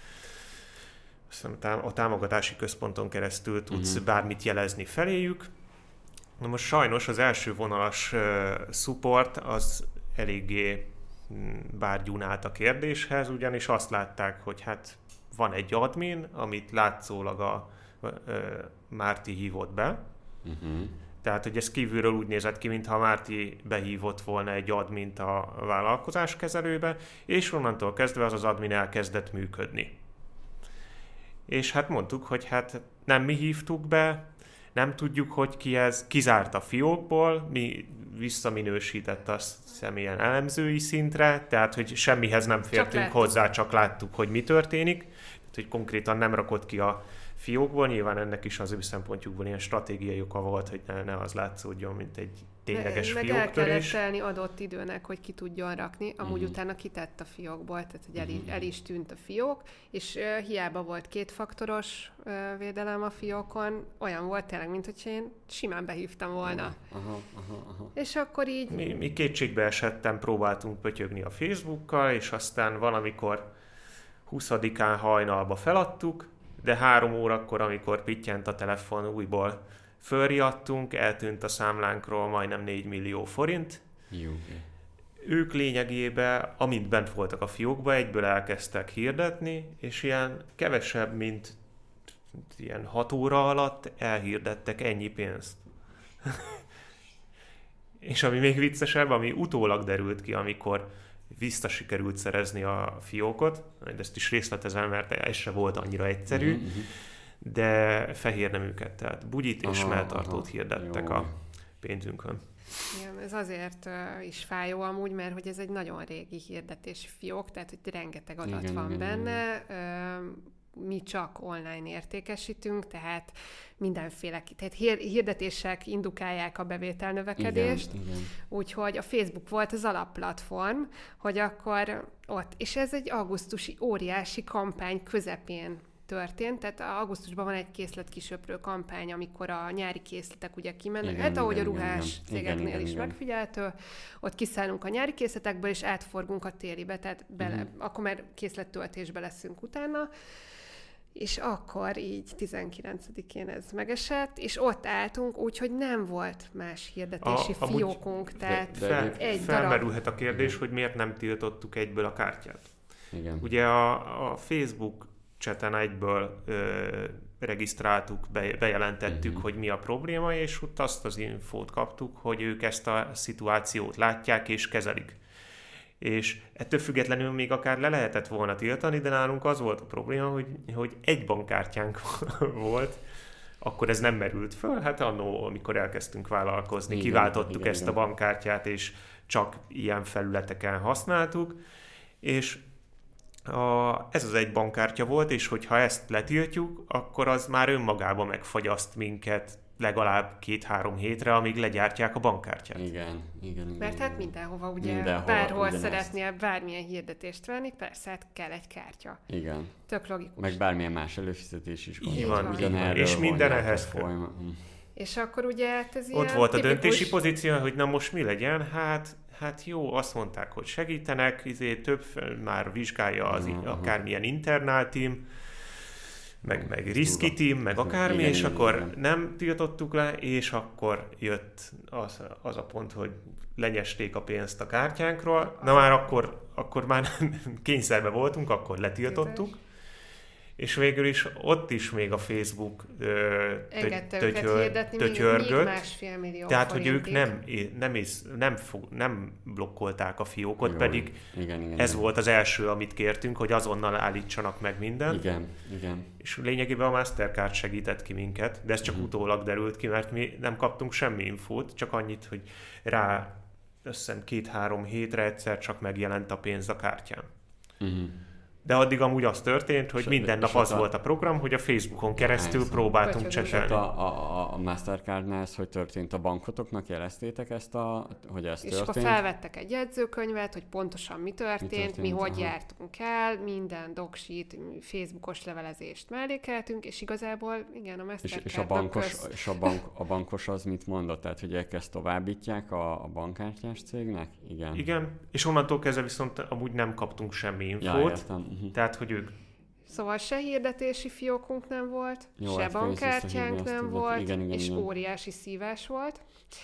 [SPEAKER 2] a támogatási központon keresztül tudsz uh-huh. bármit jelezni feléjük. Na most sajnos az első vonalas uh, support az eléggé bárgyún állt a kérdéshez, ugyanis azt látták, hogy hát van egy admin, amit látszólag a uh, Márti hívott be. Uh-huh. Tehát, hogy ez kívülről úgy nézett ki, mintha Márti behívott volna egy admint a vállalkozás kezelőbe, és onnantól kezdve az az admin elkezdett működni. És hát mondtuk, hogy hát nem mi hívtuk be, nem tudjuk, hogy ki ez, kizárt a fiókból, mi visszaminősített a személyen elemzői szintre, tehát hogy semmihez nem fértünk csak hozzá, csak láttuk, hogy mi történik, tehát hogy konkrétan nem rakott ki a fiókból, nyilván ennek is az ő szempontjukból ilyen stratégiai oka volt, hogy ne, ne az látszódjon, mint egy tényleges
[SPEAKER 3] meg
[SPEAKER 2] fióktörés.
[SPEAKER 3] Meg el kellett telni adott időnek, hogy ki tudjon rakni, amúgy uh-huh. utána kitett a fiókból, tehát hogy el, uh-huh. el is tűnt a fiók, és uh, hiába volt kétfaktoros uh, védelem a fiókon, olyan volt tényleg, mint hogy én simán behívtam volna. Aha, aha, aha. És akkor így...
[SPEAKER 2] Mi, mi kétségbe esetten próbáltunk pötyögni a Facebookkal, és aztán valamikor huszadikán hajnalba feladtuk, de három órakor, amikor pittyent a telefon, újból fölriadtunk, eltűnt a számlánkról majdnem négy millió forint.
[SPEAKER 1] Jó.
[SPEAKER 2] Ők lényegében, amint bent voltak a fiókba, egyből elkezdtek hirdetni, és ilyen kevesebb, mint ilyen hat óra alatt elhirdettek ennyi pénzt. És ami még viccesebb, ami utólag derült ki, amikor vissza sikerült szerezni a fiókot, de ezt is részletezem, mert ez se volt annyira egyszerű, uh-huh. de fehér neműket, tehát bugyit és aha, melltartót aha, hirdettek jó. a pénzünkön.
[SPEAKER 3] Igen, ez azért uh, is fájó amúgy, mert hogy ez egy nagyon régi hirdetési fiók, tehát hogy rengeteg adat igen, van igen, benne, igen. Uh, mi csak online értékesítünk, tehát mindenféle, tehát hirdetések indukálják a bevételnövekedést, igen, igen. Úgyhogy a Facebook volt az alapplatform, hogy akkor ott, és ez egy augusztusi óriási kampány közepén történt, tehát augusztusban van egy készletkisöprő kampány, amikor a nyári készletek ugye kimennek, igen, hát ahogy igen, a ruhás igen, cégeknél igen, is igen. megfigyeltő, ott kiszállunk a nyári készletekből, és átforgunk a télibe, tehát bele, uh-huh. akkor már készlettöltésbe leszünk utána, és akkor így tizenkilencedikén ez megesett, és ott álltunk, úgyhogy nem volt más hirdetési a, fiókunk, tehát
[SPEAKER 2] de, de egy felmerülhet darab. A kérdés, hogy miért nem tiltottuk egyből a kártyát.
[SPEAKER 1] Igen.
[SPEAKER 2] Ugye a, a Facebook chaten egyből ö, regisztráltuk, be, bejelentettük, uh-huh. hogy mi a probléma, és ott azt az infót kaptuk, hogy ők ezt a szituációt látják és kezelik. és ettől függetlenül még akár le lehetett volna tiltani, de nálunk az volt a probléma, hogy, hogy egy bankkártyánk volt, akkor ez nem merült föl. Hát annó, amikor elkezdtünk vállalkozni, igen, kiváltottuk igen, ezt igen. a bankkártyát, és csak ilyen felületeken használtuk, és a, ez az egy bankkártya volt, és hogyha ezt letiltjuk, akkor az már önmagában megfagyaszt minket legalább két-három hétre, amíg legyártják a bankkártyát.
[SPEAKER 1] Igen, igen. igen
[SPEAKER 3] Mert hát mindenhova, ugye,
[SPEAKER 1] mindenhova,
[SPEAKER 3] bárhol
[SPEAKER 1] ugyanezt.
[SPEAKER 3] szeretnél bármilyen hirdetést venni, persze, hát kell egy kártya.
[SPEAKER 1] Igen.
[SPEAKER 3] Tök logikus.
[SPEAKER 1] Meg bármilyen más előfizetés is.
[SPEAKER 2] Így van, van. És minden ehhez kell.
[SPEAKER 3] És akkor ugye hát ez
[SPEAKER 2] Ott
[SPEAKER 3] ilyen
[SPEAKER 2] volt
[SPEAKER 3] tipikus...
[SPEAKER 2] a döntési pozíció, hogy na most mi legyen, hát Hát jó, azt mondták, hogy segítenek, izé, több már vizsgálja az uh-huh. akármilyen internál team, meg, meg risky team, meg akármi, igen, és igen, akkor igen. nem tiltottuk le, és akkor jött az, az a pont, hogy lenyesték a pénzt a kártyánkról. Na már akkor, akkor már kényszerbe voltunk, akkor letiltottuk. És végül is ott is még a Facebook tötyörgött.
[SPEAKER 3] másfél millió
[SPEAKER 2] Tehát, hogy ők nem, nem, is, nem, nem blokkolták a fiókot, jó, pedig
[SPEAKER 1] igen, igen,
[SPEAKER 2] ez
[SPEAKER 1] igen.
[SPEAKER 2] volt az első, amit kértünk, hogy azonnal állítsanak meg mindent.
[SPEAKER 1] Igen, igen.
[SPEAKER 2] És lényegében a Mastercard segített ki minket, de ez csak uh-huh. utólag derült ki, mert mi nem kaptunk semmi infót, csak annyit, hogy rá összem két-három hétre egyszer csak megjelent a pénz a kártyán. Uh-huh. De addig amúgy az történt, hogy minden nap az a... volt a program, hogy a Facebookon keresztül Nice. próbáltunk csetelni.
[SPEAKER 1] A, a, a Mastercardnál ez hogy történt? A bankotoknak jeleztétek ezt, a, hogy ez
[SPEAKER 3] és
[SPEAKER 1] történt?
[SPEAKER 3] És akkor felvettek egy jegyzőkönyvet, hogy pontosan mi történt, mi, történt, mi hogy aha. jártunk el, minden doksit, Facebookos levelezést mellékeltünk, és igazából igen, a Mastercard...
[SPEAKER 1] És, és, a, bankos, köz... és a, bank, a bankos az mit mondott? Tehát, hogy ők ezt továbbítják a, a bankkártyás cégnek? Igen.
[SPEAKER 2] Igen, és onnantól kezdve viszont amúgy nem kaptunk semmi infót.
[SPEAKER 1] Ja, értem. Uh-huh.
[SPEAKER 2] Tehát, hogy ők...
[SPEAKER 3] Szóval se hirdetési fiókunk nem volt, jó, se hát bankkártyánk nem volt, igen, igen, és igen. óriási szívás volt.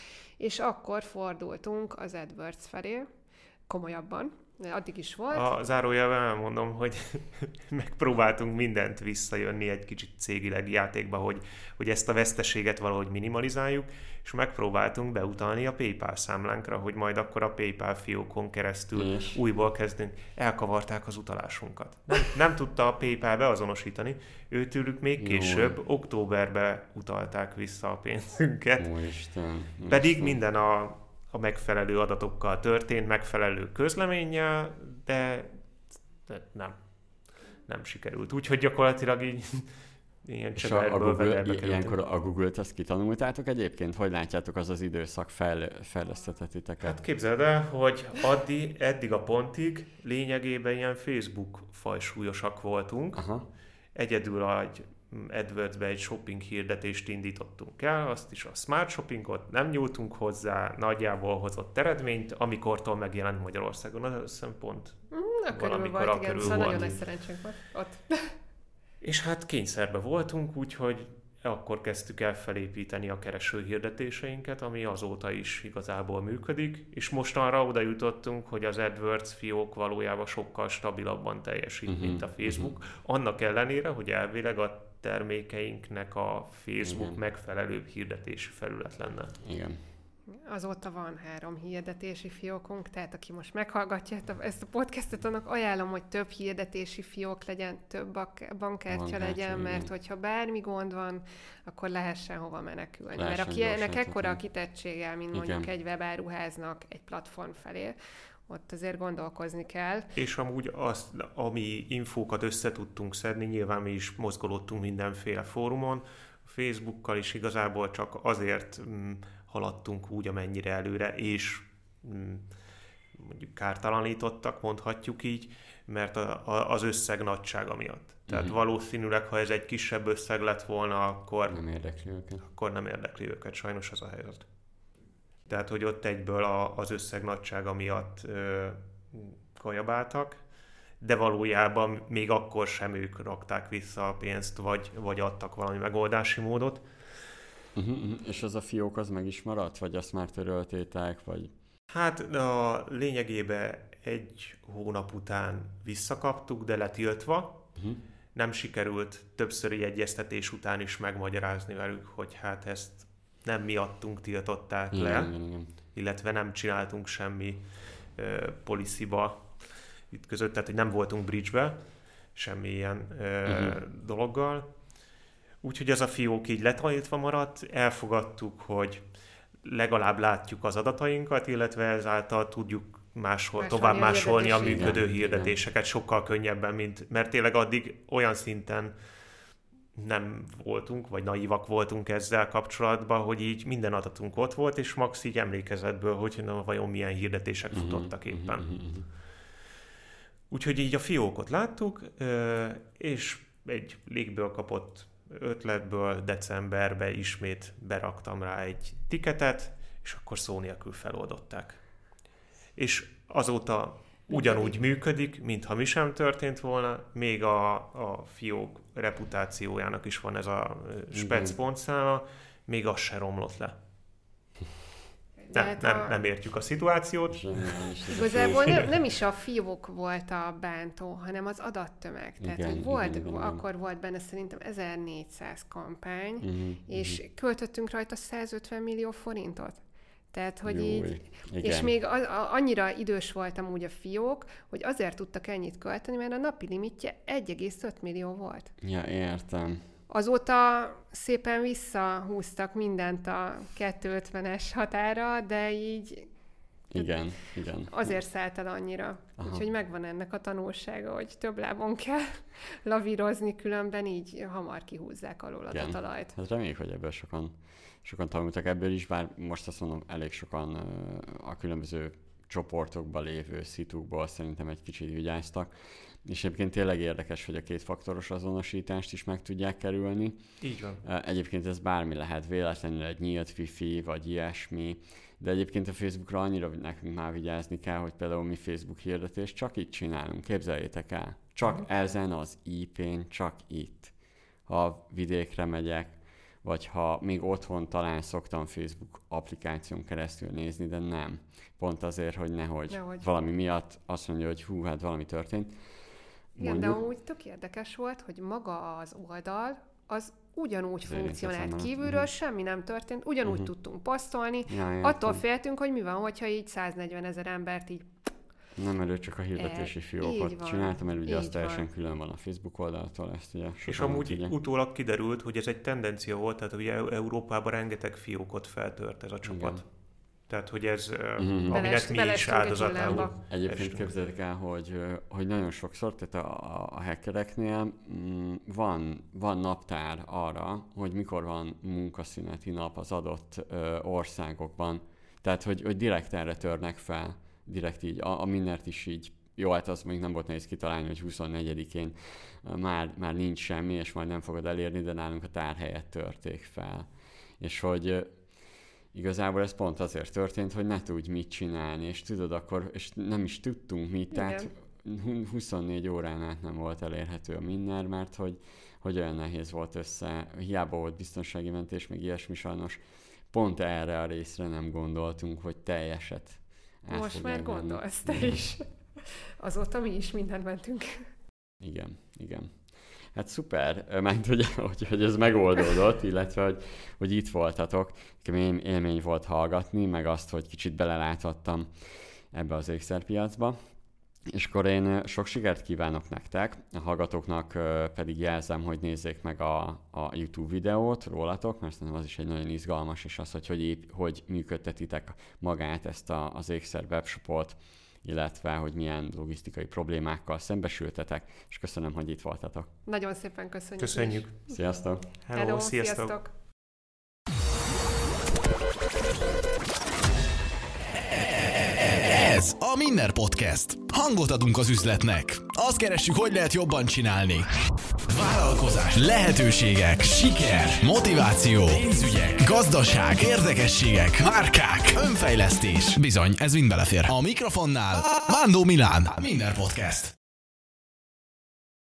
[SPEAKER 3] És akkor fordultunk az AdWords felé, komolyabban, addig is volt.
[SPEAKER 2] A zárójelben elmondom, hogy megpróbáltunk mindent visszajönni egy kicsit cégileg játékba, hogy, hogy ezt a veszteséget valahogy minimalizáljuk, és megpróbáltunk beutalni a PayPal számlánkra, hogy majd akkor a PayPal fiókon keresztül és? újból kezdünk. Elkavarták az utalásunkat. Nem, nem tudta a PayPal beazonosítani, őtőlük még később, Jó. októberben utalták vissza a pénzünket.
[SPEAKER 1] Ó, Isten,
[SPEAKER 2] Pedig
[SPEAKER 1] Isten.
[SPEAKER 2] minden a, a megfelelő adatokkal történt, megfelelő közleménnyel, de, de nem. Nem sikerült. Úgyhogy gyakorlatilag így ilyen cseverből vederbe kerültünk.
[SPEAKER 1] Ilyenkor a Google-t azt kitanultátok egyébként? Hogy látjátok, az az időszak fejl, fejlesztetett titeket?
[SPEAKER 2] Hát képzeld el, hogy addig, eddig a pontig lényegében ilyen Facebook fajsúlyosak voltunk. Aha. Egyedül egy AdWords-be egy shopping hirdetést indítottunk el, azt is a Smart Shoppingot, nem nyúltunk hozzá, nagyjából hozott eredményt, amikortól megjelent Magyarországon, az hiszem pont
[SPEAKER 3] mm, valamikor volt, igen, szóval nagyon nagy szerencsénk volt ott.
[SPEAKER 2] És hát kényszerbe voltunk, úgyhogy akkor kezdtük el felépíteni a kereső hirdetéseinket, ami azóta is igazából működik, és mostanra oda jutottunk, hogy az AdWords fiók valójában sokkal stabilabban teljesít, uh-huh, mint a Facebook, uh-huh. annak ellenére, hogy elvileg a termékeinknek a Facebook Igen. megfelelőbb hirdetési felület lenne.
[SPEAKER 1] Igen.
[SPEAKER 3] Azóta van három hirdetési fiókunk, tehát aki most meghallgatja ezt a podcastet, annak ajánlom, hogy több hirdetési fiók legyen, több bankkártya legyen, mert igen. hogyha bármi gond van, akkor lehessen hova menekülni. Lehessen mert aki ennek ekkora a kitettséggel, mint igen. mondjuk egy webáruháznak egy platform felé, ott azért gondolkozni kell.
[SPEAKER 2] És amúgy azt, ami infókat össze tudtunk szedni, nyilván mi is mozgolódtunk mindenféle fórumon, Facebookkal is igazából csak azért mm, haladtunk úgy, amennyire előre, és mm, mondjuk kártalanítottak, mondhatjuk így, mert a, a, az összeg nagysága miatt. Tehát uh-huh. valószínűleg, ha ez egy kisebb összeg lett volna, akkor
[SPEAKER 1] nem érdekli őket.
[SPEAKER 2] Akkor nem érdekli őket, sajnos ez a helyzet. Tehát, hogy ott egyből a, az összeg nagysága miatt ö, kajabáltak, de valójában még akkor sem ők rakták vissza a pénzt, vagy, vagy adtak valami megoldási módot.
[SPEAKER 1] Uh-huh, uh-huh. És az a fiók az meg is maradt? Vagy azt már töröltétek? Vagy...
[SPEAKER 2] Hát a lényegében egy hónap után visszakaptuk, de letiltva. Uh-huh. Nem sikerült többszöri egyeztetés után is megmagyarázni velük, hogy hát ezt nem miattunk tiltották
[SPEAKER 1] igen,
[SPEAKER 2] le,
[SPEAKER 1] igen, igen.
[SPEAKER 2] illetve nem csináltunk semmi policy-ba itt között, tehát hogy nem voltunk bridge-be semmilyen uh-huh. dologgal. Úgyhogy ez a fiók így letanítva maradt, elfogadtuk, hogy legalább látjuk az adatainkat, illetve ezáltal tudjuk máshol, másolni tovább másolni a működő igen, hirdetéseket igen. sokkal könnyebben, mint, mert tényleg addig olyan szinten nem voltunk, vagy naívak voltunk ezzel kapcsolatban, hogy így minden adatunk ott volt, és max így emlékezetből, hogy na, vajon milyen hirdetések uh-huh, futottak éppen. Uh-huh, uh-huh. Úgyhogy így a fiókot láttuk, és egy légből kapott ötletből decemberben ismét beraktam rá egy tiketet, és akkor szó nélkül feloldották. És azóta ugyanúgy működik, mintha mi sem történt volna, még a, a fiók reputációjának is van ez a spec pontszáma, még az se romlott le. Nem, hát nem, a... nem értjük a szituációt.
[SPEAKER 3] Igazából nem, nem is a fiók volt a bántó, hanem az adattömeg. Tehát igen, volt, igen, igen, akkor igen. volt benne szerintem ezernégyszáz kampány, uh-huh, és uh-huh. költöttünk rajta százötven millió forintot. Tehát, hogy Jó, így, igen. és még a, a, annyira idős voltam úgy a fiók, hogy azért tudtak ennyit költeni, mert a napi limitje egy egész öt millió volt.
[SPEAKER 1] Ja, értem.
[SPEAKER 3] Azóta szépen visszahúztak mindent a kétszázötvenes határa, de így...
[SPEAKER 1] Igen, igen.
[SPEAKER 3] Azért szállt el annyira. Aha. Úgyhogy megvan ennek a tanulsága, hogy több lábon kell lavírozni, különben így hamar kihúzzák alól a talajt.
[SPEAKER 1] Hát reméljük, hogy ebből sokan, sokan tanultak ebből is, bár most azt mondom, elég sokan a különböző csoportokban lévő szitukból szerintem egy kicsit vigyáztak. És egyébként tényleg érdekes, hogy a kétfaktoros azonosítást is meg tudják kerülni.
[SPEAKER 2] Így van.
[SPEAKER 1] Egyébként ez bármi lehet, véletlenül egy nyílt wifi, vagy ilyesmi, de egyébként a Facebookra annyira nekünk már vigyázni kell, hogy például mi Facebook hirdetést csak itt csinálunk, képzeljétek el. Csak uh-huh. ezen az í pén, csak itt. Ha vidékre megyek, vagy ha még otthon talán szoktam Facebook applikáción keresztül nézni, de nem. Pont azért, hogy nehogy, nehogy. valami miatt azt mondja, hogy hú, hát valami történt.
[SPEAKER 3] Igen, de úgy tök érdekes volt, hogy maga az oldal, az ugyanúgy funkcionált kívülről, uh-huh. semmi nem történt, ugyanúgy uh-huh. tudtunk posztolni. Ja, attól féltünk, hogy mi van, hogyha így száznegyven ezer embert így...
[SPEAKER 1] Nem, elő csak a hirdetési e, fiókot csináltam, mert ugye az teljesen külön van a Facebook oldaltól. Ezt ugye
[SPEAKER 2] és amúgy ugye. utólag kiderült, hogy ez egy tendencia volt, tehát ugye Európában rengeteg fiókot feltört ez a csapat. Igen. Tehát, hogy ez, uh-huh. aminek mi is áldozatául.
[SPEAKER 1] Egyébként képzeljék el, hogy, hogy nagyon sokszor, tehát a, a hackereknél van, van naptár arra, hogy mikor van munkaszüneti nap az adott ö, országokban. Tehát, hogy, hogy direkt erre törnek fel, direkt így, a, a mindent is így. Jó, hát az még nem volt nehéz kitalálni, hogy huszonnegyedikén már, már nincs semmi, és majd nem fogod elérni, de nálunk a tárhelyet törték fel. És hogy igazából ez pont azért történt, hogy ne tudj mit csinálni, és tudod akkor, és nem is tudtunk mit, igen. tehát huszonnégy órán át nem volt elérhető a minden, mert hogy, hogy olyan nehéz volt össze, hiába volt biztonsági mentés, meg ilyesmi sajnos, pont erre a részre nem gondoltunk, hogy teljeset át
[SPEAKER 3] Most már gondolsz te is. Azóta mi is mindent mentünk.
[SPEAKER 1] Igen, igen. Hát szuper, mert hogy, hogy, hogy ez megoldódott, illetve hogy, hogy itt voltatok. Nekem élmény volt hallgatni, meg azt, hogy kicsit beleláthattam ebbe az ékszerpiacba. És akkor én sok sikert kívánok nektek, a hallgatóknak pedig jelzem, hogy nézzék meg a, a YouTube videót rólatok, mert szerintem az is egy nagyon izgalmas, és az, hogy hogy, épp, hogy működtetitek magát ezt a, az ékszer webshopot, illetve hogy milyen logisztikai problémákkal szembesültetek, és köszönöm, hogy itt voltatok.
[SPEAKER 3] Nagyon szépen köszönjük.
[SPEAKER 2] Köszönjük.
[SPEAKER 1] Is. Sziasztok.
[SPEAKER 2] Hello, Hello sziasztok. sziasztok.
[SPEAKER 4] Ez a Minner Podcast. Hangot adunk az üzletnek. Azt keressük, hogy lehet jobban csinálni. Vállalkozás, lehetőségek, siker, motiváció, pénzügyek, gazdaság, érdekességek, márkák, önfejlesztés. Bizony, ez mind belefér. A mikrofonnál Vándó Milán. Minner Podcast.